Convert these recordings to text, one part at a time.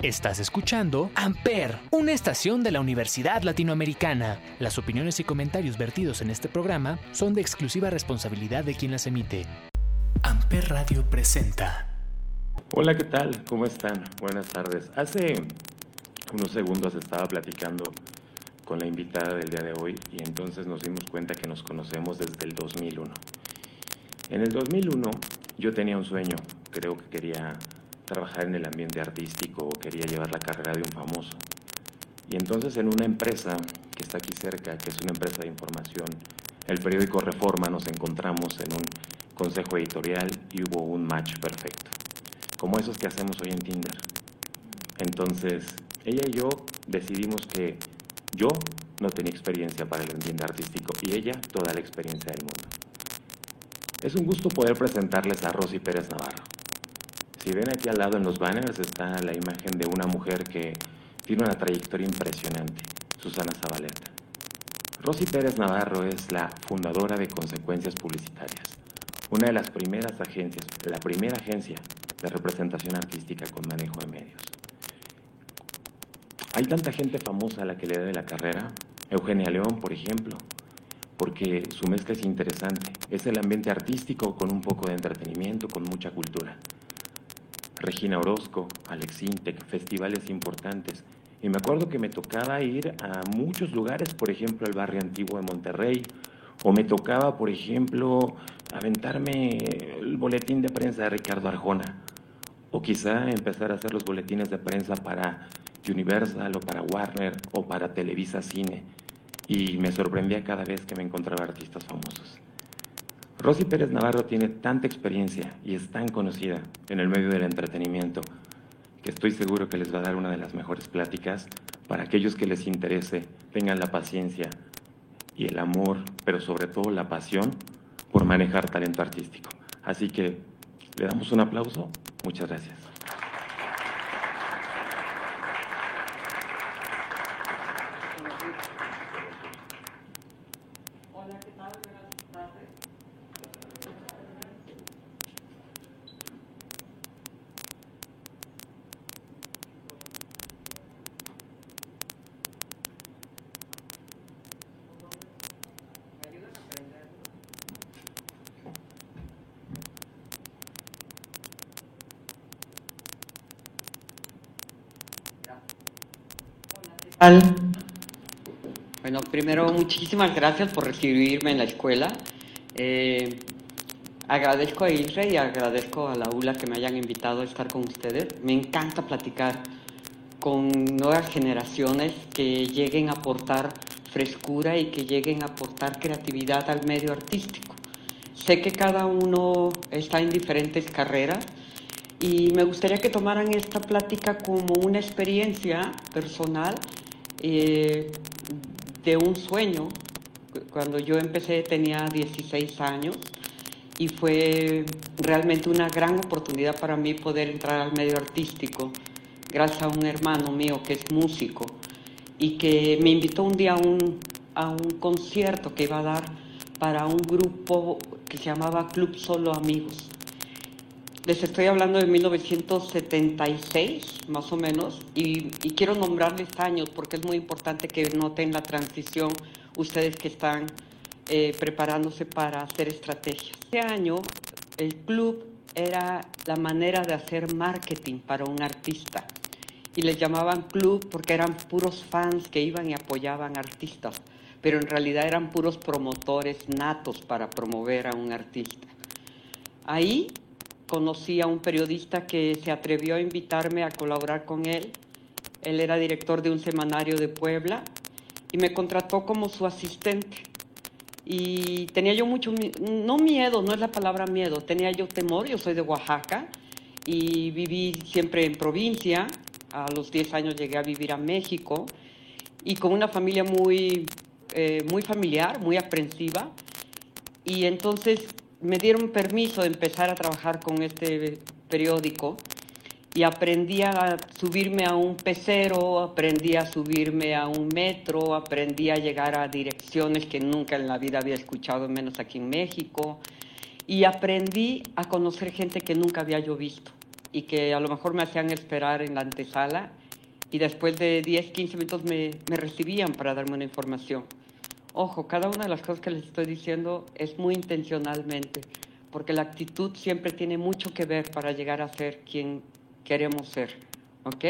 Estás escuchando Amper, una estación de la Universidad Latinoamericana. Las opiniones y comentarios vertidos en este programa son de exclusiva responsabilidad de quien las emite. Amper Radio presenta. Hola, ¿qué tal? ¿Cómo están? Buenas tardes. Hace unos segundos estaba platicando con la invitada del día de hoy y entonces nos dimos cuenta que nos conocemos desde el 2001. En el 2001 yo tenía un sueño, creo que quería trabajar en el ambiente artístico o quería llevar la carrera de un famoso. Y entonces en una empresa que está aquí cerca, que es una empresa de información, el periódico Reforma, nos encontramos en un consejo editorial y hubo un match perfecto, como esos que hacemos hoy en Tinder. Entonces ella y yo decidimos que yo no tenía experiencia para el ambiente artístico y ella toda la experiencia del mundo. Es un gusto poder presentarles a Rosy Pérez Navarro. Si ven aquí al lado en los banners está la imagen de una mujer que tiene una trayectoria impresionante, Susana Zabaleta. Rosy Pérez Navarro es la fundadora de Consecuencias Publicitarias, una de las primeras agencias, la primera agencia de representación artística con manejo de medios. Hay tanta gente famosa a la que le debe la carrera, Eugenia León, por ejemplo, porque su mezcla es interesante. Es el ambiente artístico con un poco de entretenimiento, con mucha cultura. Regina Orozco, Alex Intec, festivales importantes. Y me acuerdo que me tocaba ir a muchos lugares, por ejemplo, el barrio antiguo de Monterrey, o me tocaba, por ejemplo, aventarme el boletín de prensa de Ricardo Arjona, o quizá empezar a hacer los boletines de prensa para Universal, o para Warner, o para Televisa Cine. Y me sorprendía cada vez que me encontraba artistas famosos. Rosy Pérez Navarro tiene tanta experiencia y es tan conocida en el medio del entretenimiento que estoy seguro que les va a dar una de las mejores pláticas para aquellos que les interese, tengan la paciencia y el amor, pero sobre todo la pasión por manejar talento artístico. Así que le damos un aplauso. Muchas gracias. Hola, ¿qué tal? Buenas tardes. ¿Me ayudan a aprender? Hola, ¿qué tal? Bueno, primero, muchísimas gracias por recibirme en la escuela. Agradezco a ISRE y agradezco a la ULA que me hayan invitado a estar con ustedes. Me encanta platicar con nuevas generaciones que lleguen a aportar frescura y que lleguen a aportar creatividad al medio artístico. Sé que cada uno está en diferentes carreras y me gustaría que tomaran esta plática como una experiencia personal de un sueño. Cuando yo empecé tenía 16 años y fue realmente una gran oportunidad para mí poder entrar al medio artístico gracias a un hermano mío que es músico y que me invitó un día a un concierto que iba a dar para un grupo que se llamaba Club Solo Amigos. Les estoy hablando de 1976, más o menos, y quiero nombrarles años porque es muy importante que noten la transición ustedes que están preparándose para hacer estrategias. Este año el club era la manera de hacer marketing para un artista y les llamaban club porque eran puros fans que iban y apoyaban artistas, pero en realidad eran puros promotores natos para promover a un artista. Ahí conocí a un periodista que se atrevió a invitarme a colaborar con él. Él era director de un semanario de Puebla y me contrató como su asistente. Y tenía yo mucho, no miedo, no es la palabra miedo, tenía yo temor. Yo soy de Oaxaca y viví siempre en provincia. A los 10 años llegué a vivir a México y con una familia muy familiar, muy aprensiva. Y entonces me dieron permiso de empezar a trabajar con este periódico y aprendí a subirme a un pecero, aprendí a subirme a un metro, aprendí a llegar a direcciones que nunca en la vida había escuchado, menos aquí en México, y aprendí a conocer gente que nunca había yo visto. y que a lo mejor me hacían esperar en la antesala y después de 10, 15 minutos me recibían para darme una información. Ojo, cada una de las cosas que les estoy diciendo es muy intencionalmente, porque la actitud siempre tiene mucho que ver para llegar a ser quien queremos ser, ¿ok?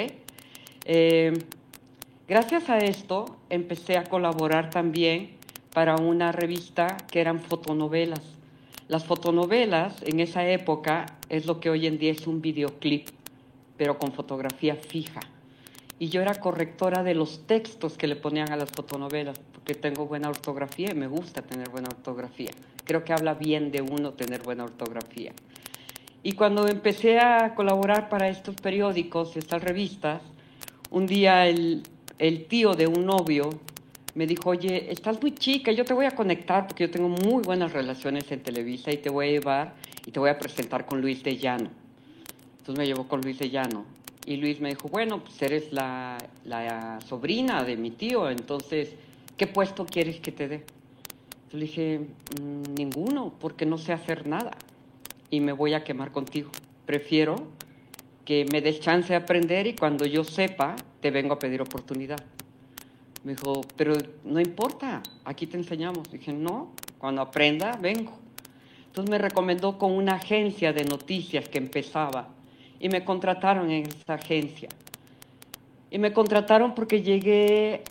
Gracias a esto empecé a colaborar también para una revista que eran fotonovelas. Las fotonovelas en esa época es lo que hoy en día es un videoclip, pero con fotografía fija. Y yo era correctora de los textos que le ponían a las fotonovelas, porque tengo buena ortografía y me gusta tener buena ortografía. Creo que habla bien de uno tener buena ortografía. Y cuando empecé a colaborar para estos periódicos, estas revistas, un día el tío de un novio me dijo, oye, estás muy chica, yo te voy a conectar porque yo tengo muy buenas relaciones en Televisa y te voy a llevar y te voy a presentar con Luis de Llano. Entonces me llevó con Luis de Llano. Y Luis me dijo, bueno, pues eres la sobrina de mi tío, entonces, ¿qué puesto quieres que te dé? Yo le dije, ninguno, porque no sé hacer nada y me voy a quemar contigo. Prefiero que me des chance de aprender y cuando yo sepa, te vengo a pedir oportunidad. Me dijo, pero no importa, aquí te enseñamos. Dije, no, cuando aprenda, vengo. Entonces me recomendó con una agencia de noticias que empezaba y me contrataron en esa agencia. Y me contrataron porque llegué,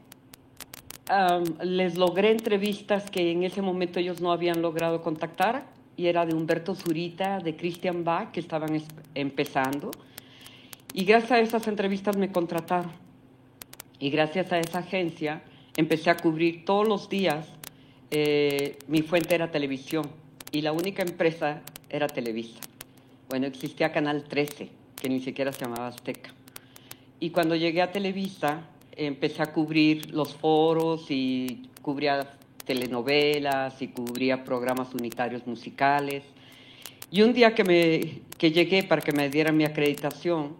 les logré entrevistas que en ese momento ellos no habían logrado contactar, y era de Humberto Zurita, de Christian Bach, que estaban empezando. Y gracias a esas entrevistas me contrataron. Y gracias a esa agencia empecé a cubrir todos los días. Mi fuente era televisión y la única empresa era Televisa. Bueno, existía Canal 13, que ni siquiera se llamaba Azteca. Y cuando llegué a Televisa, empecé a cubrir los foros y cubría telenovelas y cubría programas unitarios musicales. Y un día que llegué para que me dieran mi acreditación,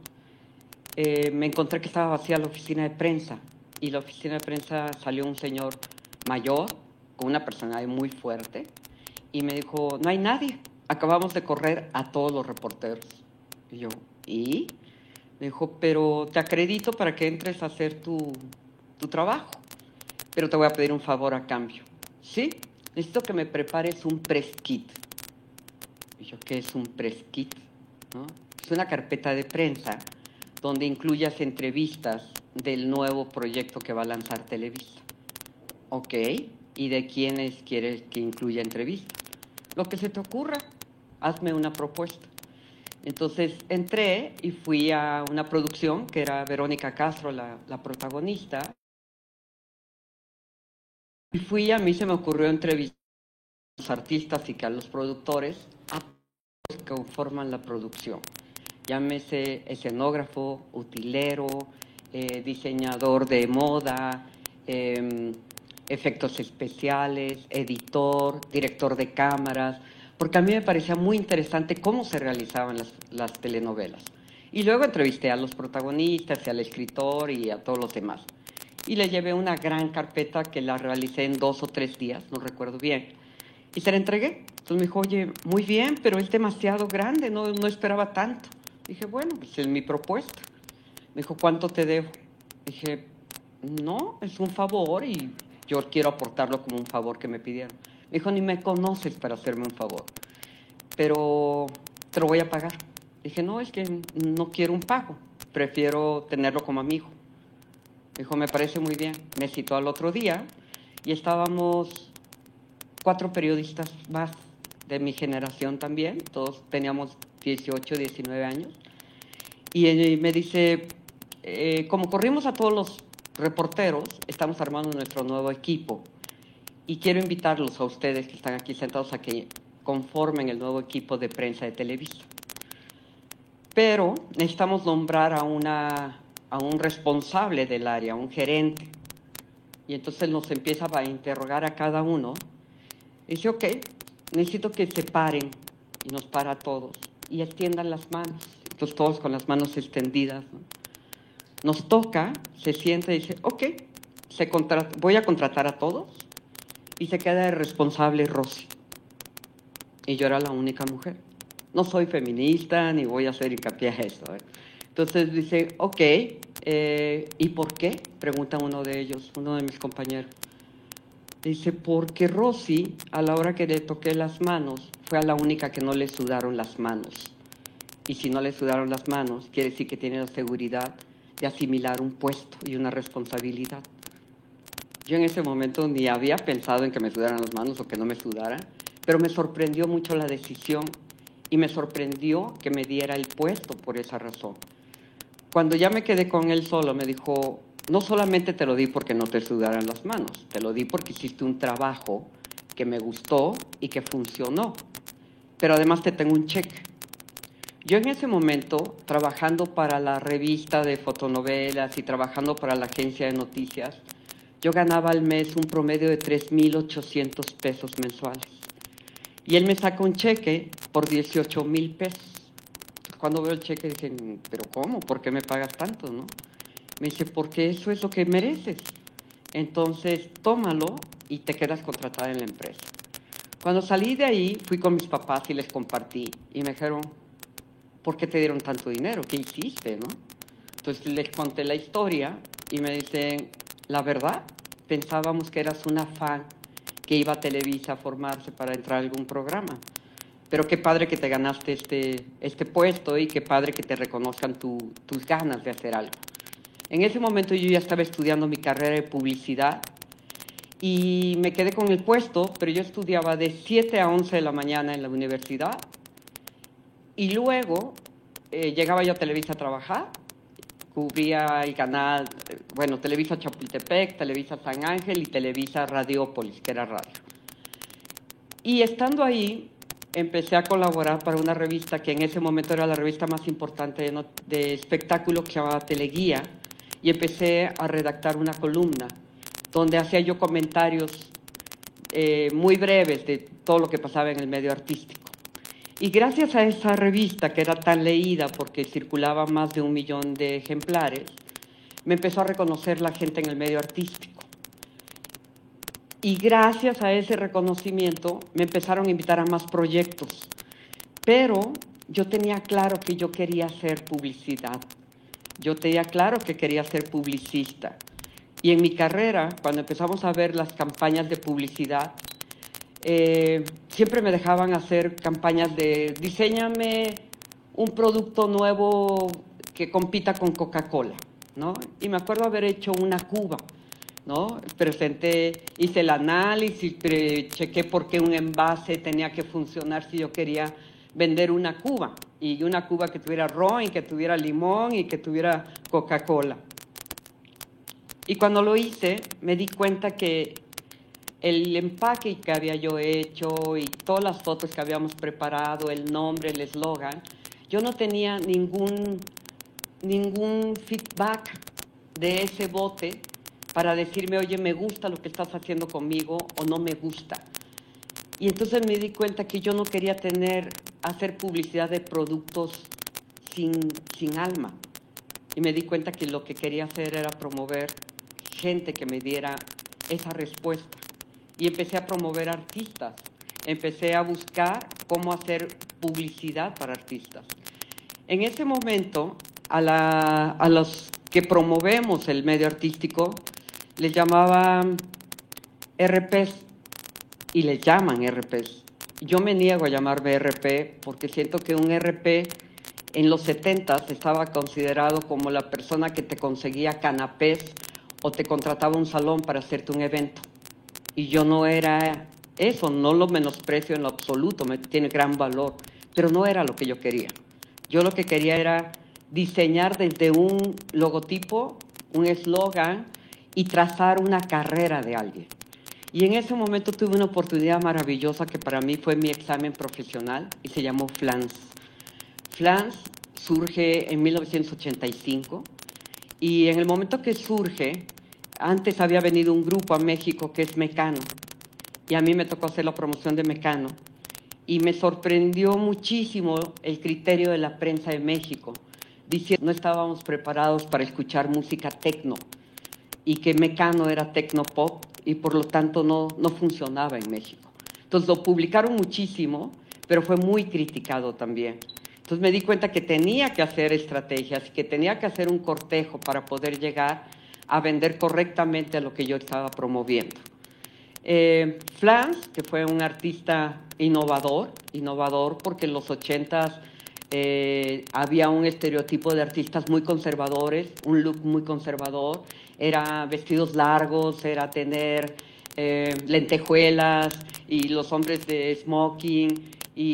me encontré que estaba vacía la oficina de prensa. Y la oficina de prensa salió un señor mayor, con una personalidad muy fuerte, y me dijo, no hay nadie, acabamos de correr a todos los reporteros. Y yo, ¿y? Me dijo, pero te acredito para que entres a hacer tu trabajo, pero te voy a pedir un favor a cambio. ¿Sí? Necesito que me prepares un press kit. Y yo, ¿qué es un press kit? ¿No? Es una carpeta de prensa donde incluyas entrevistas del nuevo proyecto que va a lanzar Televisa. Ok, ¿y de quiénes quieres que incluya entrevistas? Lo que se te ocurra, hazme una propuesta. Entonces entré y fui a una producción que era Verónica Castro, la protagonista. Y a mí se me ocurrió entrevistar a los artistas y que a los productores, a los que conforman la producción. Llámese escenógrafo, utilero, diseñador de moda, efectos especiales, editor, director de cámaras, porque a mí me parecía muy interesante cómo se realizaban las telenovelas. Y luego entrevisté a los protagonistas, y al escritor y a todos los demás. Y le llevé una gran carpeta que la realicé en 2 o 3 días, no recuerdo bien. Y se la entregué. Entonces me dijo, oye, muy bien, pero es demasiado grande, no esperaba tanto. Dije, bueno, pues es mi propuesta. Me dijo, ¿cuánto te debo? Dije, no, es un favor y yo quiero aportarlo como un favor que me pidieron. Me dijo, ni me conoces para hacerme un favor, pero te lo voy a pagar. Dije, no, es que no quiero un pago, prefiero tenerlo como amigo. Me dijo, me parece muy bien. Me citó al otro día y estábamos 4 periodistas más de mi generación también, todos teníamos 18, 19 años. Y me dice, como corrimos a todos los reporteros, estamos armando nuestro nuevo equipo y quiero invitarlos a ustedes que están aquí sentados a que conformen el nuevo equipo de prensa de Televisa. Pero necesitamos nombrar a un responsable del área, un gerente. Y entonces nos empieza a interrogar a cada uno. Y dice, ok, necesito que se paren, y nos para a todos, y extiendan las manos. Entonces todos con las manos extendidas, ¿no? Nos toca, se sienta y dice, ok, voy a contratar a todos, y se queda de responsable Rosy. Y yo era la única mujer. No soy feminista ni voy a hacer hincapié a eso. Entonces dice, ok, ¿y por qué? Pregunta uno de ellos, uno de mis compañeros. Dice, porque Rosy, a la hora que le toqué las manos, fue a la única que no le sudaron las manos. Y si no le sudaron las manos, quiere decir que tiene la seguridad de asimilar un puesto y una responsabilidad. Yo en ese momento ni había pensado en que me sudaran las manos o que no me sudaran, pero me sorprendió mucho la decisión y me sorprendió que me diera el puesto por esa razón. Cuando ya me quedé con él solo, me dijo, no solamente te lo di porque no te sudaran las manos, te lo di porque hiciste un trabajo que me gustó y que funcionó, pero además te tengo un cheque. Yo en ese momento, trabajando para la revista de fotonovelas y trabajando para la agencia de noticias, yo ganaba al mes un promedio de 3,800 pesos mensuales. Y él me saca un cheque por 18,000 pesos. Cuando veo el cheque dije, ¿pero cómo? ¿Por qué me pagas tanto, no? Me dice, porque eso es lo que mereces. Entonces, tómalo y te quedas contratada en la empresa. Cuando salí de ahí, fui con mis papás y les compartí. Y me dijeron, ¿por qué te dieron tanto dinero? ¿Qué hiciste, no? Entonces les conté la historia y me dicen, la verdad, pensábamos que eras una fan que iba a Televisa a formarse para entrar a algún programa. Pero qué padre que te ganaste este puesto y qué padre que te reconozcan tus ganas de hacer algo. En ese momento yo ya estaba estudiando mi carrera de publicidad y me quedé con el puesto, pero yo estudiaba de 7 a 11 de la mañana en la universidad y luego llegaba yo a Televisa a trabajar, cubría el canal, Televisa Chapultepec, Televisa San Ángel y Televisa Radiópolis, que era radio. Y estando ahí, empecé a colaborar para una revista que en ese momento era la revista más importante de espectáculo, que se llamaba Teleguía, y empecé a redactar una columna donde hacía yo comentarios muy breves de todo lo que pasaba en el medio artístico. Y gracias a esa revista, que era tan leída porque circulaba más de 1 millón de ejemplares, me empezó a reconocer la gente en el medio artístico. Y gracias a ese reconocimiento me empezaron a invitar a más proyectos. Pero yo tenía claro que yo quería hacer publicidad. Yo tenía claro que quería ser publicista. Y en mi carrera, cuando empezamos a ver las campañas de publicidad, siempre me dejaban hacer campañas de diséñame un producto nuevo que compita con Coca-Cola, ¿no? Y me acuerdo haber hecho una cuba, ¿no? Hice el análisis, chequé por qué un envase tenía que funcionar si yo quería vender una cuba, y una cuba que tuviera ron, y que tuviera limón, y que tuviera Coca-Cola. Y cuando lo hice, me di cuenta que el empaque que había yo hecho y todas las fotos que habíamos preparado, el nombre, el eslogan, yo no tenía ningún feedback de ese bote para decirme, oye, me gusta lo que estás haciendo conmigo o no me gusta. Y entonces me di cuenta que yo no quería hacer publicidad de productos sin alma. Y me di cuenta que lo que quería hacer era promover gente que me diera esa respuesta. Y empecé a promover artistas. Empecé a buscar cómo hacer publicidad para artistas. En ese momento, a los que promovemos el medio artístico, les llamaban RPs y les llaman RPs. Yo me niego a llamarme RP porque siento que un RP en los 70s estaba considerado como la persona que te conseguía canapés o te contrataba un salón para hacerte un evento. Y yo no era eso, no lo menosprecio en lo absoluto, tiene gran valor, pero no era lo que yo quería. Yo lo que quería era diseñar desde un logotipo, un eslogan y trazar una carrera de alguien. Y en ese momento tuve una oportunidad maravillosa que para mí fue mi examen profesional y se llamó FLANS. FLANS surge en 1985 y en el momento que surge, antes había venido un grupo a México que es Mecano y a mí me tocó hacer la promoción de Mecano y me sorprendió muchísimo el criterio de la prensa de México, diciendo que no estábamos preparados para escuchar música tecno y que Mecano era tecno-pop y por lo tanto no funcionaba en México. Entonces lo publicaron muchísimo, pero fue muy criticado también. Entonces me di cuenta que tenía que hacer estrategias, que tenía que hacer un cortejo para poder llegar a vender correctamente a lo que yo estaba promoviendo. Flans, que fue un artista innovador porque en los 80s había un estereotipo de artistas muy conservadores, un look muy conservador, era vestidos largos, era tener lentejuelas y los hombres de smoking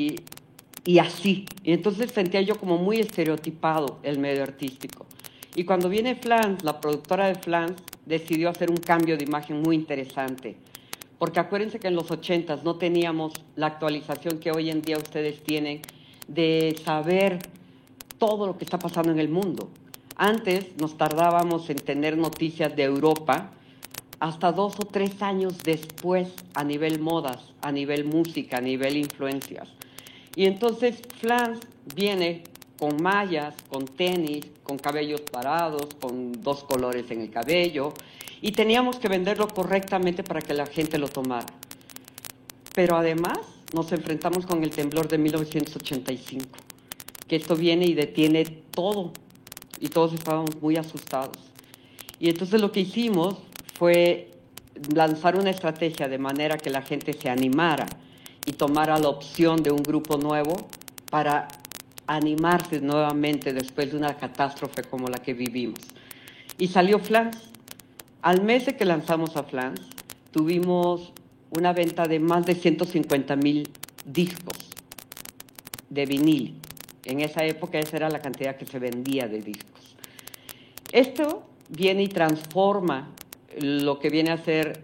y así. Y entonces sentía yo como muy estereotipado el medio artístico. Y cuando viene Flans, la productora de Flans decidió hacer un cambio de imagen muy interesante. Porque acuérdense que en los 80s no teníamos la actualización que hoy en día ustedes tienen de saber todo lo que está pasando en el mundo. Antes nos tardábamos en tener noticias de Europa hasta 2 o 3 años después a nivel modas, a nivel música, a nivel influencias. Y entonces Flans viene con mallas, con tenis, con cabellos parados, con 2 colores en el cabello, y teníamos que venderlo correctamente para que la gente lo tomara. Pero además nos enfrentamos con el temblor de 1985, que esto viene y detiene todo, y todos estábamos muy asustados. Y entonces lo que hicimos fue lanzar una estrategia de manera que la gente se animara y tomara la opción de un grupo nuevo para animarse nuevamente después de una catástrofe como la que vivimos. Y salió Flans. Al mes de que lanzamos a Flans, tuvimos una venta de más de 150,000 discos de vinil. En esa época esa era la cantidad que se vendía de discos. Esto viene y transforma lo que viene a ser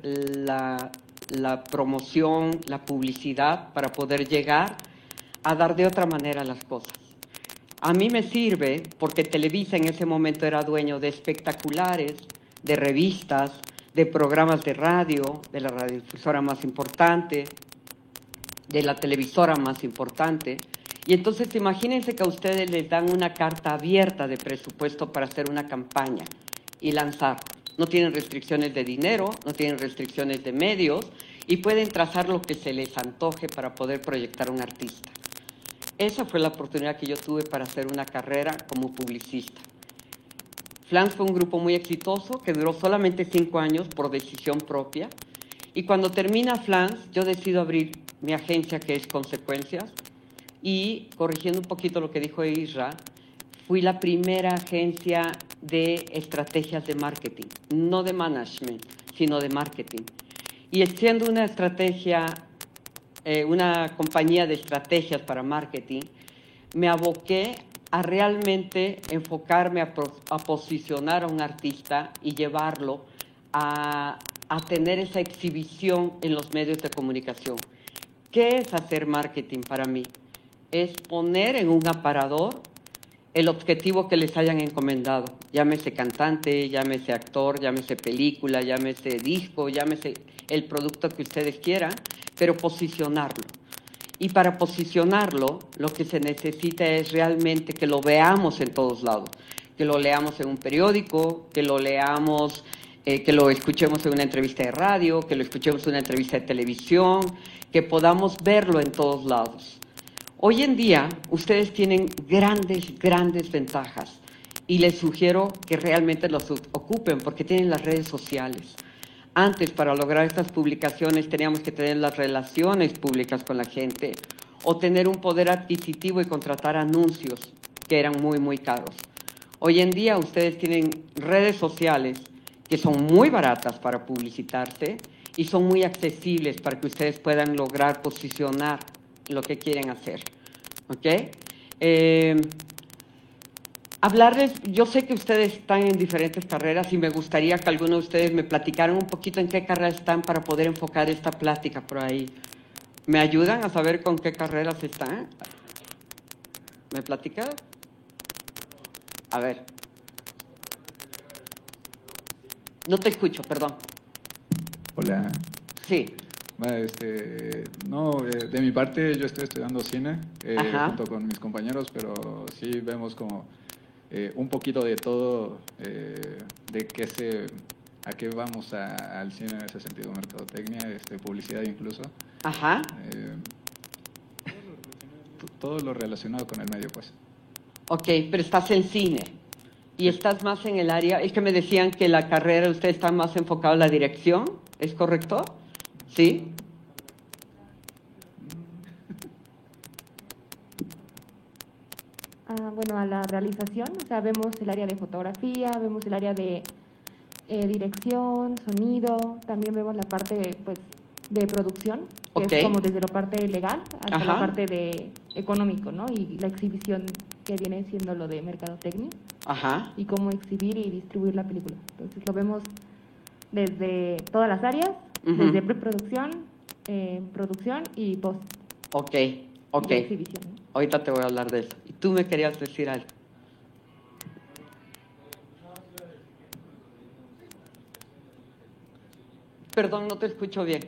la promoción, la publicidad, para poder llegar a dar de otra manera las cosas. A mí me sirve porque Televisa en ese momento era dueño de espectaculares, de revistas, de programas de radio, de la radiodifusora más importante, de la televisora más importante. Y entonces imagínense que a ustedes les dan una carta abierta de presupuesto para hacer una campaña y lanzar. No tienen restricciones de dinero, no tienen restricciones de medios y pueden trazar lo que se les antoje para poder proyectar a un artista. Esa fue la oportunidad que yo tuve para hacer una carrera como publicista. Flans fue un grupo muy exitoso que duró solamente 5 años por decisión propia. Y cuando termina Flans, yo decido abrir mi agencia, que es Consecuencias. Y, corrigiendo un poquito lo que dijo Isra, fui la primera agencia de estrategias de marketing, no de management, sino de marketing. Y siendo una estrategia, una compañía de estrategias para marketing, me aboqué a realmente enfocarme a posicionar a un artista y llevarlo a tener esa exhibición en los medios de comunicación. ¿Qué es hacer marketing para mí? Es poner en un aparador el objetivo que les hayan encomendado. Llámese cantante, llámese actor, llámese película, llámese disco, llámese el producto que ustedes quieran, pero posicionarlo. Y para posicionarlo, lo que se necesita es realmente que lo veamos en todos lados, que lo leamos en un periódico, que lo leamos, que lo escuchemos en una entrevista de radio, que lo escuchemos en una entrevista de televisión, que podamos verlo en todos lados. Hoy en día, ustedes tienen grandes ventajas y les sugiero que realmente los ocupen porque tienen las redes sociales. Antes, para lograr estas publicaciones, teníamos que tener las relaciones públicas con la gente o tener un poder adquisitivo y contratar anuncios que eran muy caros. Hoy en día, ustedes tienen redes sociales que son muy baratas para publicitarse y son muy accesibles para que ustedes puedan lograr posicionar lo que quieren hacer. ¿Ok? Hablarles, yo sé que ustedes están en diferentes carreras y me gustaría que algunos de ustedes me platicaran un poquito en qué carrera están para poder enfocar esta plática por ahí. ¿Me ayudan a saber con qué carreras están? ¿Me platican? A ver. No te escucho, perdón. Hola. Sí. Bueno, no, de mi parte yo estoy estudiando cine junto con mis compañeros, pero sí vemos como un poquito de todo, a qué vamos al cine en ese sentido, mercadotecnia, publicidad incluso. Ajá. todo lo relacionado con el medio, pues. Ok, pero estás en cine y estás más en el área, es que me decían que la carrera usted está más enfocado en la dirección, ¿es correcto? ¿Sí? Bueno, a la realización, o sea, vemos el área de fotografía, vemos el área de dirección, sonido, también vemos la parte, pues, de producción, que es como desde la parte legal hasta la parte de económico, ¿no? Y la exhibición, que viene siendo lo de mercadotecnia. Y cómo exhibir y distribuir la película. Entonces lo vemos desde todas las áreas, desde preproducción, producción y post. Ok. Exhibición, ¿no? Ahorita te voy a hablar de eso. ¿Y tú me querías decir algo? Perdón, no te escucho bien.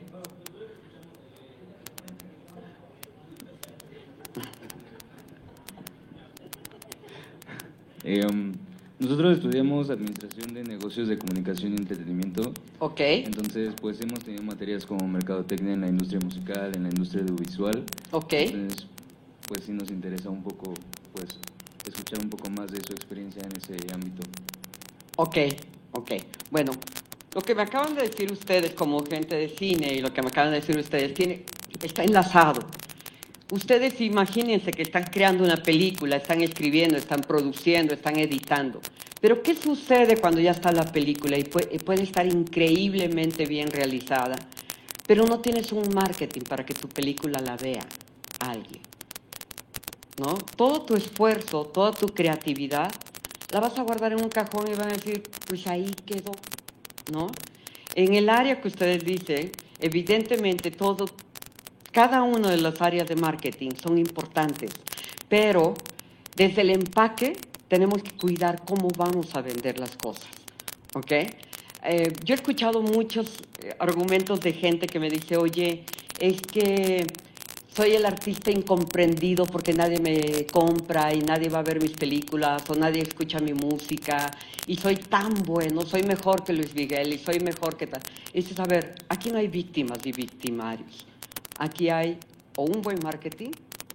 Nosotros estudiamos Administración de Negocios de Comunicación y Entretenimiento. Ok. Entonces, pues hemos tenido materias como mercadotecnia en la industria musical, en la industria audiovisual. Ok. Entonces, pues sí nos interesa un poco, pues, escuchar un poco más de su experiencia en ese ámbito. Ok. Bueno, lo que me acaban de decir ustedes como gente de cine y lo que me acaban de decir ustedes está enlazado. Ustedes imagínense que están creando una película, están escribiendo, están produciendo, están editando. Pero ¿qué sucede cuando ya está la película y puede estar increíblemente bien realizada, pero no tienes un marketing para que tu película la vea alguien? ¿No? Todo tu esfuerzo, toda tu creatividad, la vas a guardar en un cajón y van a decir, pues ahí quedó, ¿no? En el área que ustedes dicen, evidentemente cada una de las áreas de marketing son importantes, pero desde el empaque tenemos que cuidar cómo vamos a vender las cosas, ¿ok? Yo he escuchado muchos argumentos de gente que me dice, oye, es que soy el artista incomprendido porque nadie me compra y nadie va a ver mis películas o nadie escucha mi música y soy tan bueno, soy mejor que Luis Miguel y soy mejor que tal. Y dices, a ver, aquí no hay víctimas y victimarios. Aquí hay o un buen marketing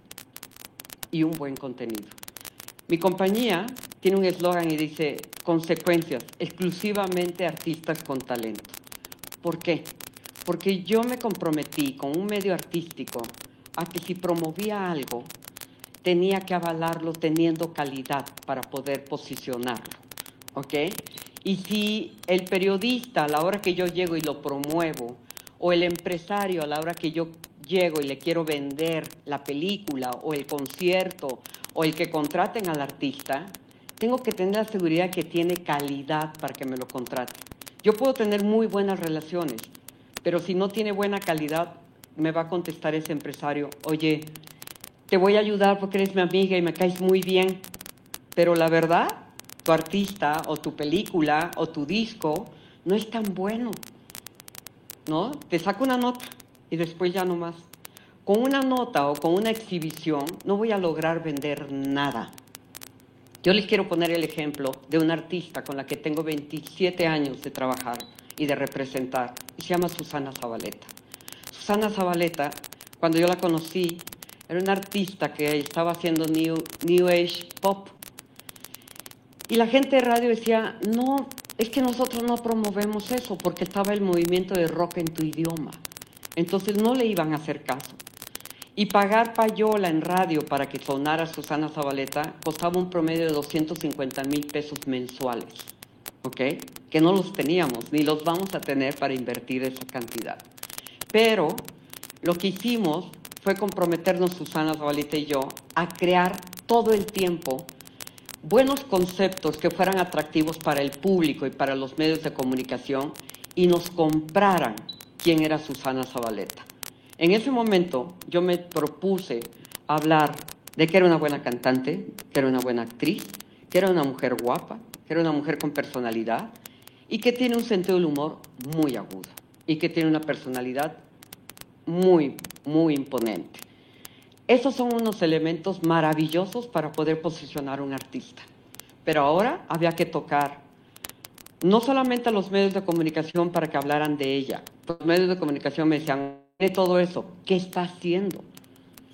y un buen contenido. Mi compañía tiene un eslogan y dice, consecuencias, exclusivamente artistas con talento. ¿Por qué? Porque yo me comprometí con un medio artístico a que si promovía algo, tenía que avalarlo teniendo calidad para poder posicionarlo, ¿ok? Y si el periodista, a la hora que yo llego y lo promuevo, o el empresario, a la hora que yo llego y le quiero vender la película, o el concierto, o el que contraten al artista, tengo que tener la seguridad que tiene calidad para que me lo contraten. Yo puedo tener muy buenas relaciones, pero si no tiene buena calidad, me va a contestar ese empresario, oye, te voy a ayudar porque eres mi amiga y me caes muy bien, pero la verdad, tu artista o tu película o tu disco no es tan bueno, ¿no? Te saco una nota y después ya no más. Con una nota o con una exhibición no voy a lograr vender nada. Yo les quiero poner el ejemplo de una artista con la que tengo 27 años de trabajar y de representar, y se llama Susana Zabaleta. Susana Zabaleta, cuando yo la conocí, era una artista que estaba haciendo New Age Pop. Y la gente de radio decía, no, es que nosotros no promovemos eso porque estaba el movimiento de rock en tu idioma. Entonces no le iban a hacer caso. Y pagar payola en radio para que sonara Susana Zabaleta costaba un promedio de 250,000 pesos mensuales, ¿ok? Que no los teníamos, ni los vamos a tener para invertir esa cantidad. Pero lo que hicimos fue comprometernos, Susana Zabaleta y yo, a crear todo el tiempo buenos conceptos que fueran atractivos para el público y para los medios de comunicación y nos compraran quién era Susana Zabaleta. En ese momento yo me propuse hablar de que era una buena cantante, que era una buena actriz, que era una mujer guapa, que era una mujer con personalidad y que tiene un sentido del humor muy agudo y que tiene una personalidad muy, muy imponente. Esos son unos elementos maravillosos para poder posicionar a un artista. Pero ahora había que tocar no solamente a los medios de comunicación para que hablaran de ella. Los medios de comunicación me decían, de todo eso, ¿qué está haciendo?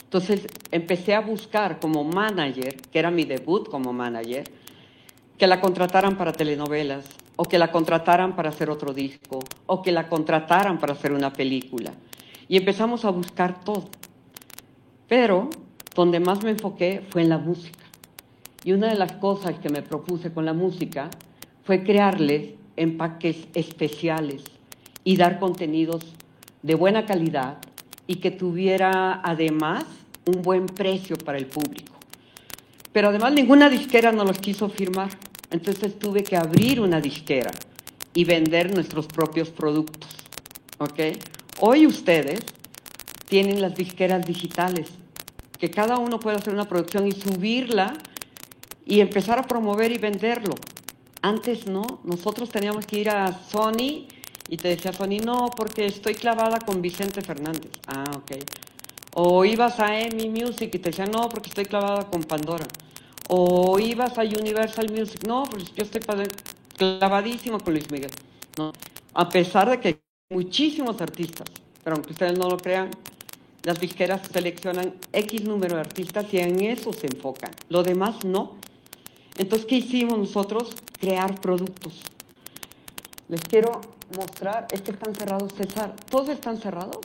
Entonces empecé a buscar como manager, que era mi debut como manager, que la contrataran para telenovelas, o que la contrataran para hacer otro disco, o que la contrataran para hacer una película. Y empezamos a buscar todo. Pero donde más me enfoqué fue en la música. Y una de las cosas que me propuse con la música fue crearles empaques especiales y dar contenidos de buena calidad y que tuviera además un buen precio para el público. Pero además ninguna disquera nos los quiso firmar. Entonces tuve que abrir una disquera y vender nuestros propios productos. ¿Ok? Hoy ustedes tienen las disqueras digitales, que cada uno puede hacer una producción y subirla y empezar a promover y venderlo. Antes no, nosotros teníamos que ir a Sony y te decía Sony, no, porque estoy clavada con Vicente Fernández. Ah, ok. O ibas a EMI Music y te decía, no, porque estoy clavada con Pandora. O ibas a Universal Music, no, pues yo estoy clavadísimo con Luis Miguel. ¿No? A pesar de que hay muchísimos artistas, pero aunque ustedes no lo crean, las disqueras seleccionan X número de artistas y en eso se enfocan. Lo demás no. Entonces, ¿qué hicimos nosotros? Crear productos. Les quiero mostrar, es que están cerrados, César. ¿Todos están cerrados?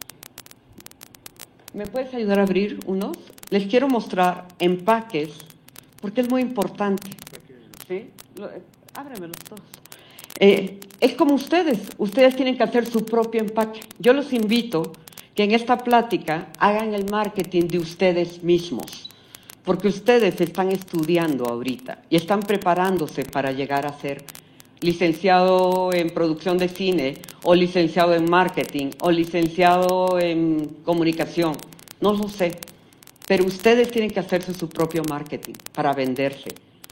¿Me puedes ayudar a abrir unos? Les quiero mostrar empaques, porque es muy importante. ¿Sí? Ábremelos todos. Es como ustedes tienen que hacer su propio empaque. Yo los invito que en esta plática hagan el marketing de ustedes mismos, porque ustedes están estudiando ahorita y están preparándose para llegar a ser licenciado en producción de cine, o licenciado en marketing, o licenciado en comunicación. No lo sé, pero ustedes tienen que hacerse su propio marketing para venderse.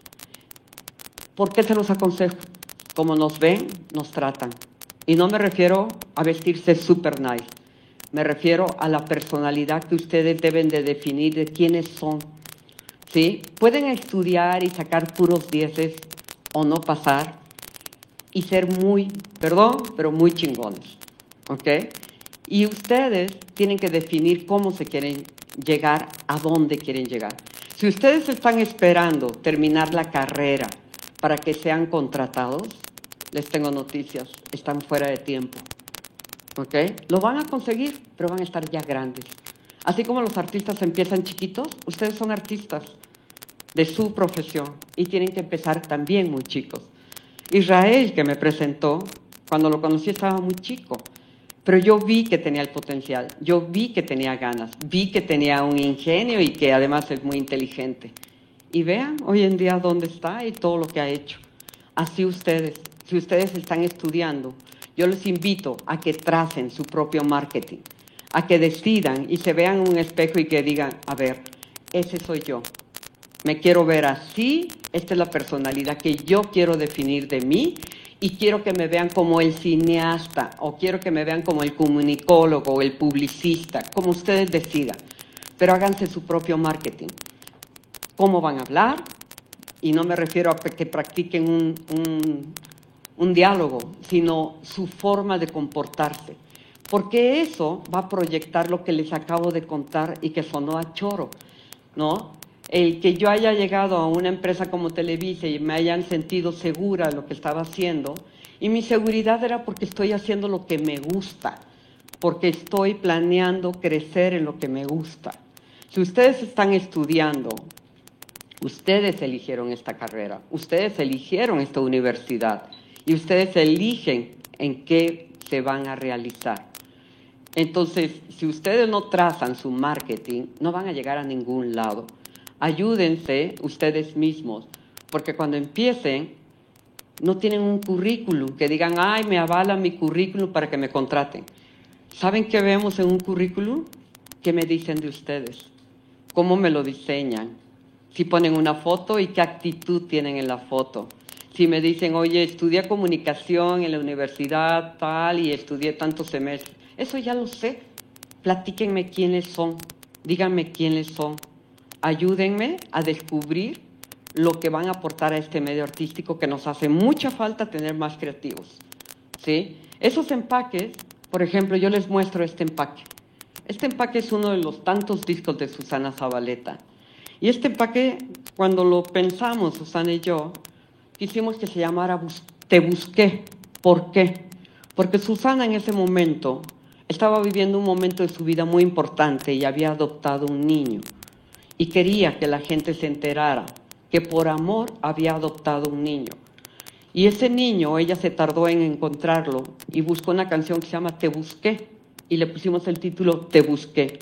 ¿Por qué se los aconsejo? Como nos ven, nos tratan. Y no me refiero a vestirse super nice. Me refiero a la personalidad que ustedes deben de definir de quiénes son. ¿Sí? Pueden estudiar y sacar puros dieces o no pasar y ser muy, perdón, pero muy chingones. ¿Ok? Y ustedes tienen que definir cómo se quieren llegar, a dónde quieren llegar. Si ustedes están esperando terminar la carrera para que sean contratados, les tengo noticias, están fuera de tiempo. ¿Ok? Lo van a conseguir, pero van a estar ya grandes. Así como los artistas empiezan chiquitos, ustedes son artistas de su profesión y tienen que empezar también muy chicos. Israel, que me presentó, cuando lo conocí estaba muy chico, pero yo vi que tenía el potencial, yo vi que tenía ganas, vi que tenía un ingenio y que además es muy inteligente. Y vean hoy en día dónde está y todo lo que ha hecho. Así ustedes, si ustedes están estudiando, yo les invito a que tracen su propio marketing, a que decidan y se vean en un espejo y que digan, a ver, ese soy yo. Me quiero ver así, esta es la personalidad que yo quiero definir de mí y quiero que me vean como el cineasta o quiero que me vean como el comunicólogo o el publicista, como ustedes decidan. Pero háganse su propio marketing. ¿Cómo van a hablar? Y no me refiero a que practiquen un diálogo, sino su forma de comportarse. Porque eso va a proyectar lo que les acabo de contar y que sonó a choro, ¿no? El que yo haya llegado a una empresa como Televisa y me hayan sentido segura de lo que estaba haciendo, y mi seguridad era porque estoy haciendo lo que me gusta, porque estoy planeando crecer en lo que me gusta. Si ustedes están estudiando, ustedes eligieron esta carrera, ustedes eligieron esta universidad y ustedes eligen en qué se van a realizar. Entonces, si ustedes no trazan su marketing, no van a llegar a ningún lado. Ayúdense ustedes mismos, porque cuando empiecen, no tienen un currículum que digan, ay, me avala mi currículum para que me contraten. ¿Saben qué vemos en un currículum? ¿Qué me dicen de ustedes? ¿Cómo me lo diseñan? Si ponen una foto y qué actitud tienen en la foto. Si me dicen, oye, estudié comunicación en la universidad tal y estudié tantos semestres. Eso ya lo sé. Platíquenme quiénes son. Díganme quiénes son. Ayúdenme a descubrir lo que van a aportar a este medio artístico que nos hace mucha falta tener más creativos. ¿Sí? Esos empaques, por ejemplo, yo les muestro este empaque. Este empaque es uno de los tantos discos de Susana Zabaleta. Y este empaque, cuando lo pensamos, Susana y yo, quisimos que se llamara Te Busqué. ¿Por qué? Porque Susana en ese momento estaba viviendo un momento de su vida muy importante y había adoptado un niño. Y quería que la gente se enterara que por amor había adoptado un niño. Y ese niño, ella se tardó en encontrarlo y buscó una canción que se llama Te Busqué. Y le pusimos el título Te Busqué.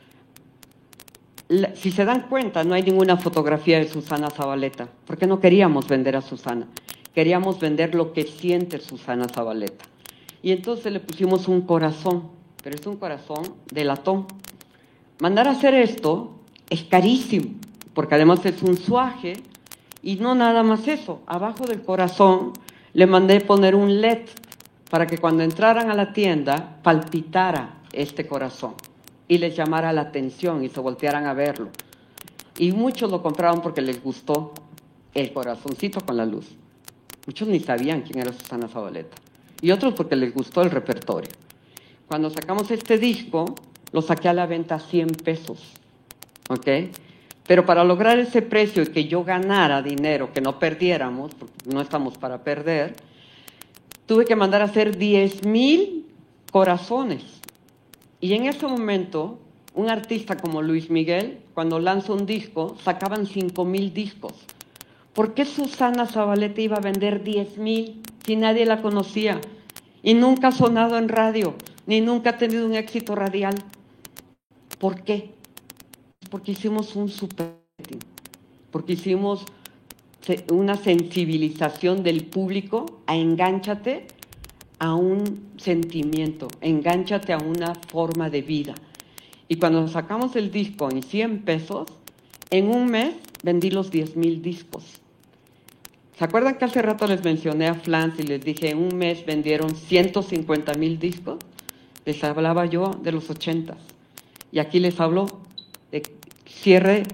Si se dan cuenta, no hay ninguna fotografía de Susana Zabaleta, porque no queríamos vender a Susana. Queríamos vender lo que siente Susana Zabaleta. Y entonces le pusimos un corazón, pero es un corazón de latón. Mandar a hacer esto es carísimo, porque además es un suaje, y no nada más eso. Abajo del corazón le mandé poner un LED para que cuando entraran a la tienda palpitara este corazón y les llamara la atención y se voltearan a verlo. Y muchos lo compraron porque les gustó el corazoncito con la luz. Muchos ni sabían quién era Susana Zabaleta. Y otros porque les gustó el repertorio. Cuando sacamos este disco, lo saqué a la venta a 100 pesos. ¿Ok? Pero para lograr ese precio y que yo ganara dinero, que no perdiéramos, porque no estamos para perder, tuve que mandar a hacer 10,000 corazones. Y en ese momento, un artista como Luis Miguel, cuando lanza un disco, sacaban 5,000 discos. ¿Por qué Susana Zabaleta iba a vender 10,000 si nadie la conocía? Y nunca ha sonado en radio, ni nunca ha tenido un éxito radial. ¿Por qué? Porque hicimos un supermarketing, porque hicimos una sensibilización del público a engánchate a un sentimiento, engánchate a una forma de vida. Y cuando sacamos el disco en 100 pesos, en un mes vendí los 10,000 discos. ¿Se acuerdan que hace rato les mencioné a Flans y les dije en un mes vendieron 150,000 discos? Les hablaba yo de los 80s. Y aquí les hablo de cierre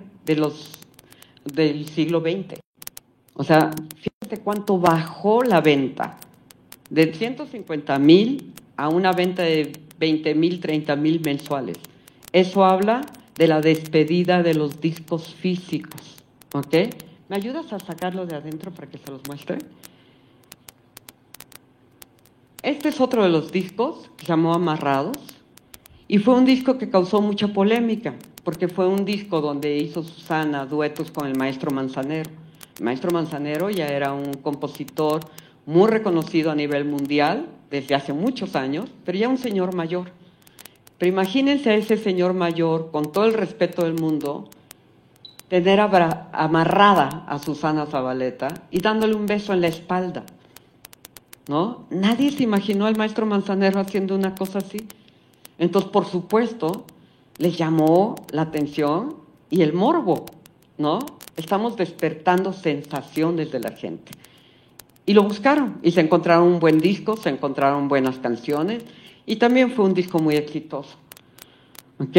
del siglo XX. O sea, fíjate cuánto bajó la venta. De 150,000 a una venta de 20,000, 30,000 mensuales. Eso habla de la despedida de los discos físicos. ¿Ok? ¿Me ayudas a sacarlo de adentro para que se los muestre? Este es otro de los discos que se llamó Amarrados. Y fue un disco que causó mucha polémica, porque fue un disco donde hizo Susana duetos con el maestro Manzanero. El maestro Manzanero ya era un compositor muy reconocido a nivel mundial desde hace muchos años, pero ya un señor mayor. Pero imagínense a ese señor mayor, con todo el respeto del mundo, tener amarrada a Susana Zabaleta y dándole un beso en la espalda, ¿no? Nadie se imaginó al maestro Manzanero haciendo una cosa así. Entonces, por supuesto, les llamó la atención y el morbo, ¿no? Estamos despertando sensaciones de la gente. Y lo buscaron y se encontraron un buen disco, se encontraron buenas canciones y también fue un disco muy exitoso. ¿Ok?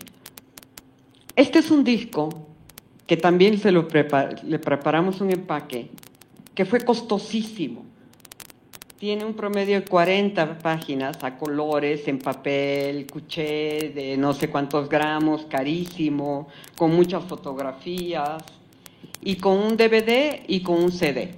Este es un disco que también le preparamos un empaque que fue costosísimo. Tiene un promedio de 40 páginas a colores, en papel, cuché de no sé cuántos gramos, carísimo, con muchas fotografías, y con un DVD y con un CD.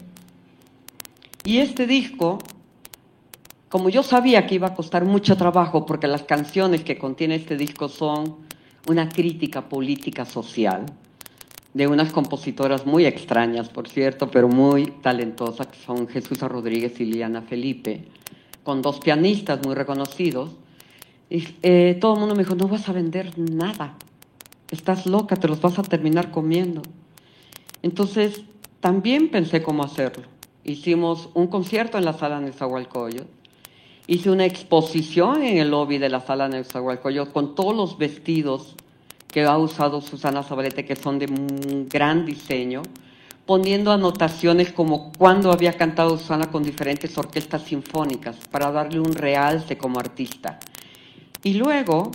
Y este disco, como yo sabía que iba a costar mucho trabajo, porque las canciones que contiene este disco son una crítica política social, de unas compositoras muy extrañas, por cierto, pero muy talentosas, que son Jesús Rodríguez y Liliana Felipe, con 2 pianistas muy reconocidos. Y todo el mundo me dijo, no vas a vender nada, estás loca, te los vas a terminar comiendo. Entonces, también pensé cómo hacerlo. Hicimos un concierto en la Sala Nezahualcóyotl, hice una exposición en el lobby de la Sala Nezahualcóyotl con todos los vestidos que ha usado Susana Zabaleta, que son de un gran diseño, poniendo anotaciones como cuándo había cantado Susana con diferentes orquestas sinfónicas, para darle un realce como artista. Y luego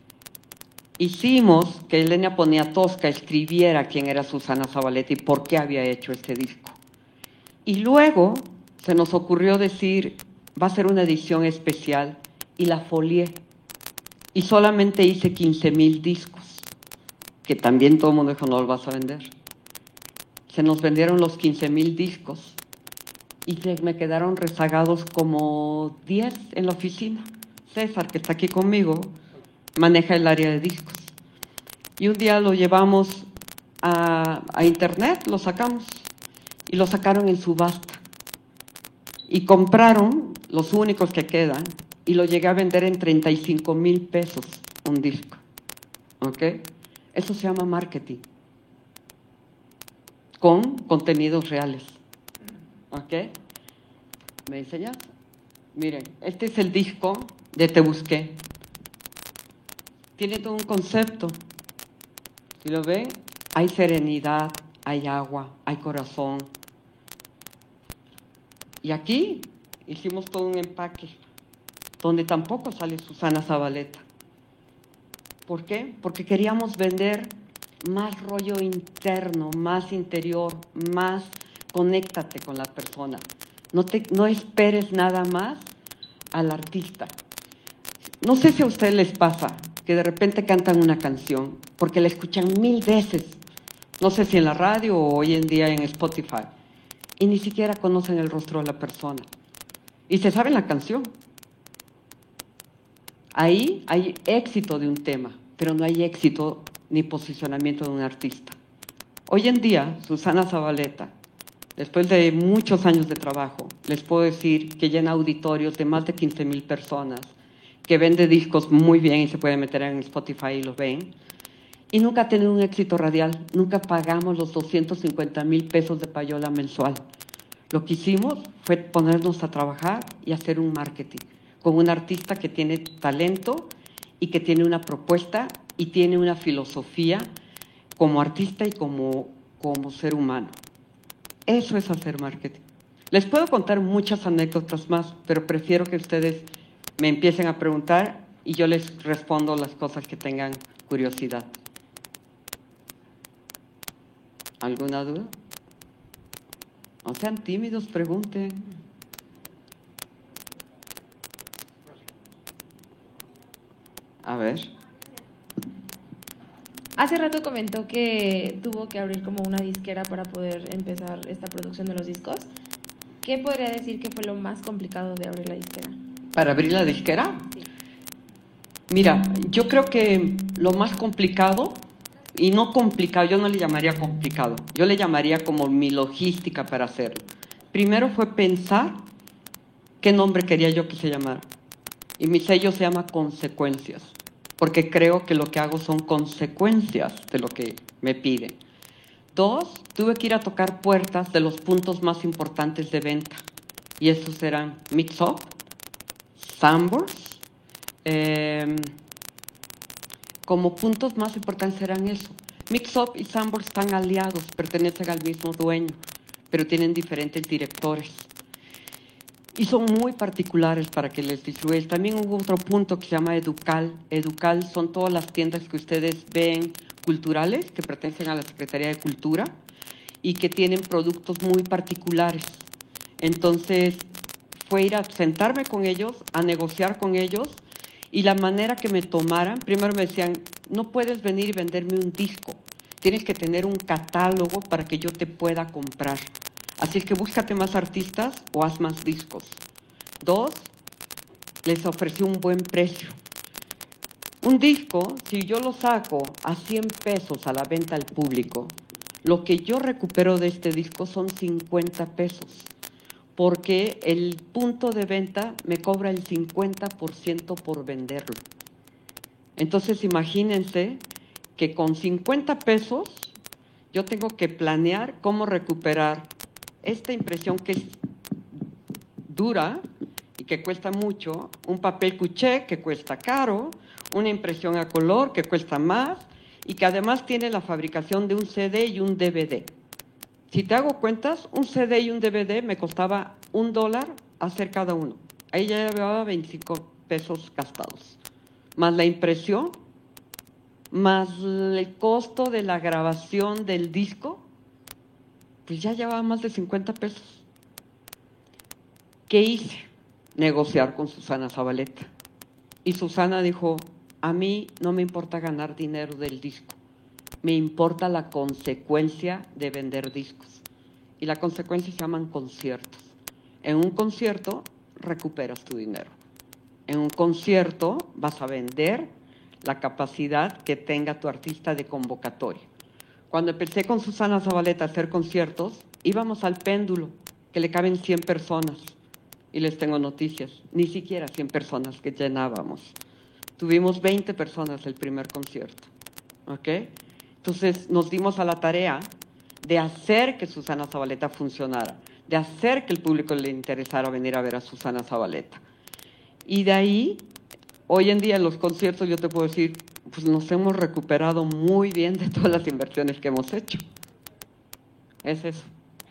hicimos que Elena Poniatowska escribiera quién era Susana Zabaleta y por qué había hecho este disco. Y luego se nos ocurrió decir, va a ser una edición especial, y la folié. y solamente hice 15,000 discos, que también todo el mundo dijo, no los vas a vender. Se nos vendieron los 15,000 discos y me quedaron rezagados como 10 en la oficina. César, que está aquí conmigo, maneja el área de discos. Y un día lo llevamos a internet, lo sacamos, y lo sacaron en subasta. Y compraron los únicos que quedan, y lo llegué a vender en 35,000 pesos un disco. ¿Ok? Eso se llama marketing, con contenidos reales. ¿Ok? ¿Me enseñas? Miren, este es el disco de Te Busqué. Tiene todo un concepto. Si lo ven, hay serenidad, hay agua, hay corazón. Y aquí hicimos todo un empaque, donde tampoco sale Susana Zabaleta. ¿Por qué? Porque queríamos vender más rollo interno, más interior, más conéctate con la persona. No esperes nada más al artista. No sé si a ustedes les pasa que de repente cantan una canción porque la escuchan 1000 veces. No sé si en la radio o hoy en día en Spotify. Y ni siquiera conocen el rostro de la persona. Y se saben la canción. Ahí hay éxito de un tema, pero no hay éxito ni posicionamiento de un artista. Hoy en día, Susana Zabaleta, después de muchos años de trabajo, les puedo decir que llena auditorios de más de 15,000 personas, que vende discos muy bien y se puede meter en Spotify y los ven, y nunca ha tenido un éxito radial, nunca pagamos los 250,000 pesos de payola mensual. Lo que hicimos fue ponernos a trabajar y hacer un marketing con un artista que tiene talento y que tiene una propuesta y tiene una filosofía como artista y como ser humano. Eso es hacer marketing. Les puedo contar muchas anécdotas más, pero prefiero que ustedes me empiecen a preguntar y yo les respondo las cosas que tengan curiosidad. ¿Alguna duda? No sean tímidos, pregunten. A ver. Hace rato comentó que tuvo que abrir como una disquera para poder empezar esta producción de los discos. ¿Qué podría decir que fue lo más complicado de abrir la disquera? ¿Para abrir la disquera? Sí. Mira, yo creo que lo más complicado, y no complicado, yo no le llamaría complicado, yo le llamaría como mi logística para hacerlo. Primero fue pensar qué nombre quería yo que se llamara. Y mi sello se llama Consecuencias, porque creo que lo que hago son consecuencias de lo que me piden. 2, tuve que ir a tocar puertas de los puntos más importantes de venta. Y esos serán Mix Up, Sanborns. Como puntos más importantes serán eso. Mix Up y Sanborns están aliados, pertenecen al mismo dueño, pero tienen diferentes directores. Y son muy particulares para que les distribuyas. También hubo otro punto que se llama Educal. Educal son todas las tiendas que ustedes ven culturales, que pertenecen a la Secretaría de Cultura y que tienen productos muy particulares. Entonces, fue ir a sentarme con ellos, a negociar con ellos, y la manera que me tomaran, primero me decían, no puedes venir y venderme un disco, tienes que tener un catálogo para que yo te pueda comprar. Así que búscate más artistas o haz más discos. 2, les ofrecí un buen precio. Un disco, si yo lo saco a 100 pesos a la venta al público, lo que yo recupero de este disco son 50 pesos, porque el punto de venta me cobra el 50% por venderlo. Entonces imagínense que con 50 pesos yo tengo que planear cómo recuperar esta impresión que es dura y que cuesta mucho, un papel cuché que cuesta caro, una impresión a color que cuesta más y que además tiene la fabricación de un CD y un DVD. Si te hago cuentas, un CD y un DVD me costaba $1 hacer cada uno. Ahí ya llevaba 25 pesos gastados. Más la impresión, más el costo de la grabación del disco, pues ya llevaba más de 50 pesos. ¿Qué hice? Negociar con Susana Zabaleta. Y Susana dijo, a mí no me importa ganar dinero del disco, me importa la consecuencia de vender discos. Y la consecuencia se llaman conciertos. En un concierto recuperas tu dinero. En un concierto vas a vender la capacidad que tenga tu artista de convocatoria. Cuando empecé con Susana Zabaleta a hacer conciertos, íbamos al Péndulo, que le caben 100 personas. Y les tengo noticias, ni siquiera 100 personas que llenábamos. Tuvimos 20 personas el primer concierto. ¿Ok? Entonces nos dimos a la tarea de hacer que Susana Zabaleta funcionara, de hacer que el público le interesara venir a ver a Susana Zabaleta. Y de ahí, hoy en día en los conciertos yo te puedo decir, pues nos hemos recuperado muy bien de todas las inversiones que hemos hecho. Es eso.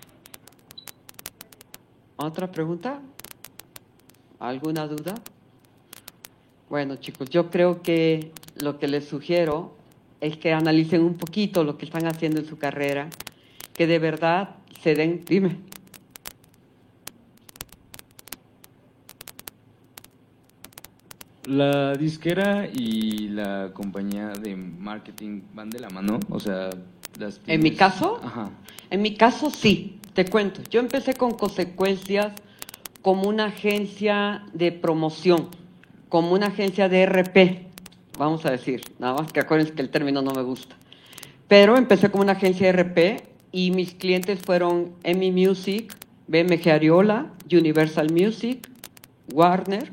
¿Otra pregunta? ¿Alguna duda? Bueno, chicos, yo creo que lo que les sugiero es que analicen un poquito lo que están haciendo en su carrera, que de verdad se den... Dime. ¿La disquera y la compañía de marketing van de la mano? O sea, las tienes... ¿En mi caso? Ajá. En mi caso, sí. Te cuento. Yo empecé con Consecuencias como una agencia de promoción, como una agencia de RP, vamos a decir. Nada más que acuérdense que el término no me gusta. Pero empecé como una agencia de RP y mis clientes fueron EMI Music, BMG Ariola, Universal Music, Warner,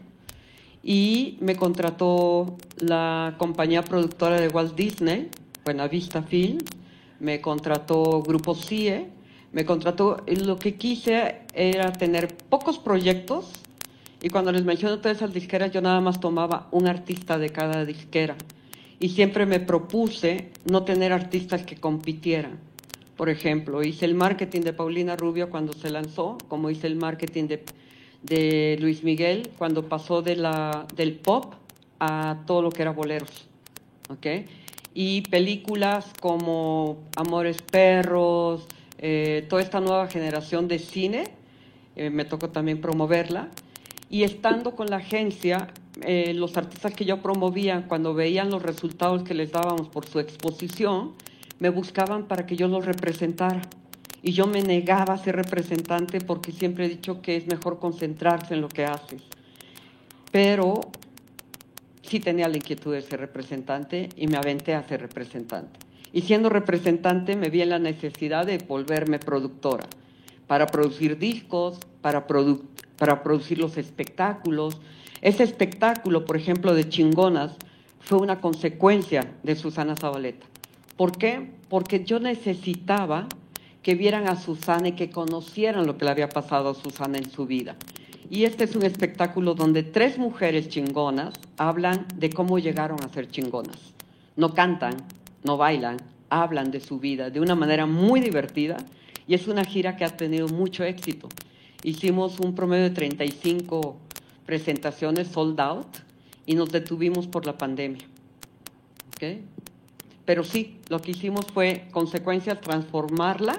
y me contrató la compañía productora de Walt Disney, Buena Vista Film, me contrató Grupo CIE, me contrató, lo que quise era tener pocos proyectos, y cuando les menciono todas esas disqueras, yo nada más tomaba un artista de cada disquera, y siempre me propuse no tener artistas que compitieran. Por ejemplo, hice el marketing de Paulina Rubio cuando se lanzó, como hice el marketing de Luis Miguel cuando pasó del pop a todo lo que era boleros, ¿ok? Y películas como Amores Perros, toda esta nueva generación de cine, me tocó también promoverla. Y estando con la agencia, los artistas que yo promovía, cuando veían los resultados que les dábamos por su exposición, me buscaban para que yo los representara. Y yo me negaba a ser representante porque siempre he dicho que es mejor concentrarse en lo que haces. Pero sí tenía la inquietud de ser representante y me aventé a ser representante. Y siendo representante me vi en la necesidad de volverme productora para producir discos, para producir los espectáculos. Ese espectáculo, por ejemplo, de Chingonas, fue una consecuencia de Susana Zabaleta. ¿Por qué? Porque yo necesitaba que vieran a Susana y que conocieran lo que le había pasado a Susana en su vida. Y este es un espectáculo donde 3 mujeres chingonas hablan de cómo llegaron a ser chingonas. No cantan, no bailan, hablan de su vida de una manera muy divertida y es una gira que ha tenido mucho éxito. Hicimos un promedio de 35 presentaciones sold out y nos detuvimos por la pandemia. ¿Okay? Pero sí, lo que hicimos fue Consecuencias, transformarla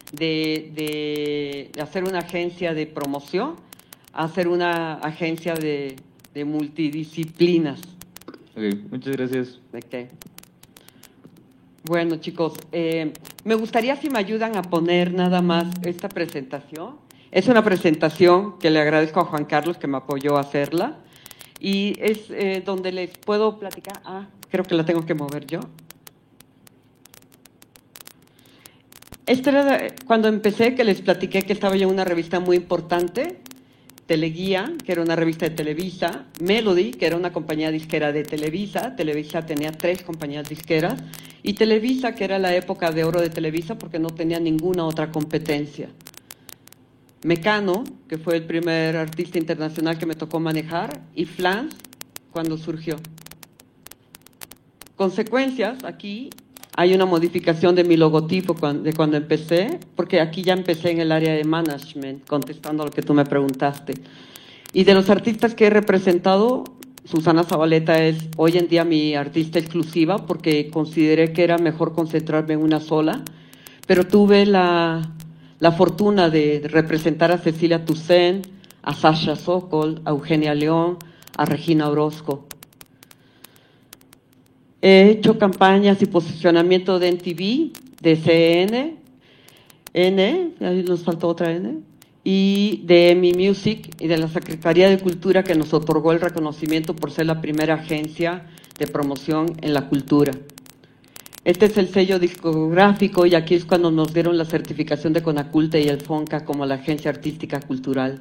de hacer una agencia de promoción a hacer una agencia de multidisciplinas. Ok, muchas gracias. Okay. Bueno, chicos, me gustaría si me ayudan a poner nada más esta presentación. Es una presentación que le agradezco a Juan Carlos que me apoyó a hacerla y es donde les puedo platicar. Creo que la tengo que mover yo. Esta era cuando empecé, que les platiqué que estaba yo en una revista muy importante, Teleguía, que era una revista de Televisa, Melody, que era una compañía disquera de Televisa. Televisa tenía 3 compañías disqueras, y Televisa, que era la época de oro de Televisa porque no tenía ninguna otra competencia. Mecano, que fue el primer artista internacional que me tocó manejar, y Flans, cuando surgió. Consecuencias, aquí hay una modificación de mi logotipo de cuando empecé, porque aquí ya empecé en el área de management, contestando a lo que tú me preguntaste. Y de los artistas que he representado, Susana Zabaleta es hoy en día mi artista exclusiva, porque consideré que era mejor concentrarme en una sola, pero tuve la fortuna de representar a Cecilia Toussaint, a Sasha Sokol, a Eugenia León, a Regina Orozco. He hecho campañas y posicionamiento de NTV, de CNN, ahí nos faltó otra N, y de EMI Music y de la Secretaría de Cultura, que nos otorgó el reconocimiento por ser la primera agencia de promoción en la cultura. Este es el sello discográfico y aquí es cuando nos dieron la certificación de Conaculte y el FONCA como la agencia artística cultural.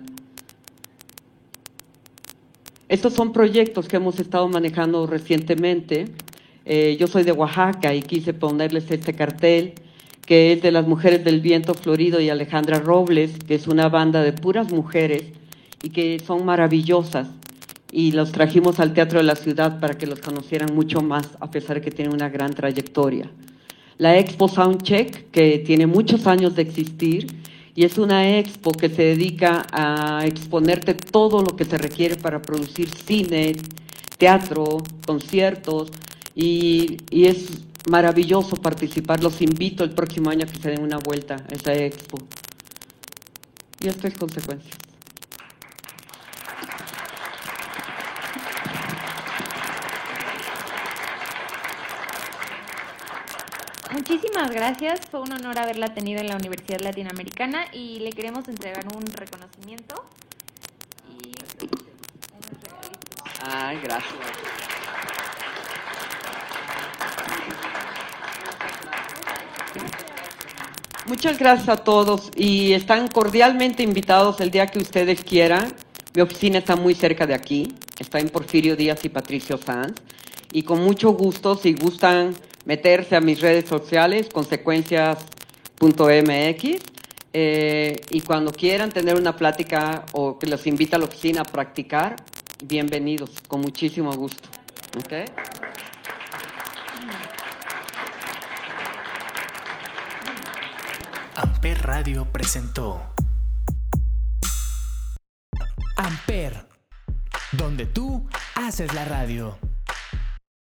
Estos son proyectos que hemos estado manejando recientemente. Yo soy de Oaxaca y quise ponerles este cartel, que es de las Mujeres del Viento Florido y Alejandra Robles, que es una banda de puras mujeres y que son maravillosas. Y los trajimos al Teatro de la Ciudad para que los conocieran mucho más, a pesar de que tienen una gran trayectoria. La Expo Soundcheck, que tiene muchos años de existir, y es una expo que se dedica a exponerte todo lo que se requiere para producir cine, teatro, conciertos, y es maravilloso participar. Los invito el próximo año a que se den una vuelta a esa expo. Y esto es consecuencias. Muchísimas gracias, fue un honor haberla tenido en la Universidad Latinoamericana y le queremos entregar un reconocimiento y unos regalitos. Ay, gracias. Muchas gracias a todos y están cordialmente invitados el día que ustedes quieran. Mi oficina está muy cerca de aquí, está en Porfirio Díaz y Patricio Sanz, y con mucho gusto, si gustan meterse a mis redes sociales, consecuencias.mx, y cuando quieran tener una plática o que los invite a la oficina a practicar, bienvenidos, con muchísimo gusto. ¿Okay? Amper Radio presentó Amper, donde tú haces la radio.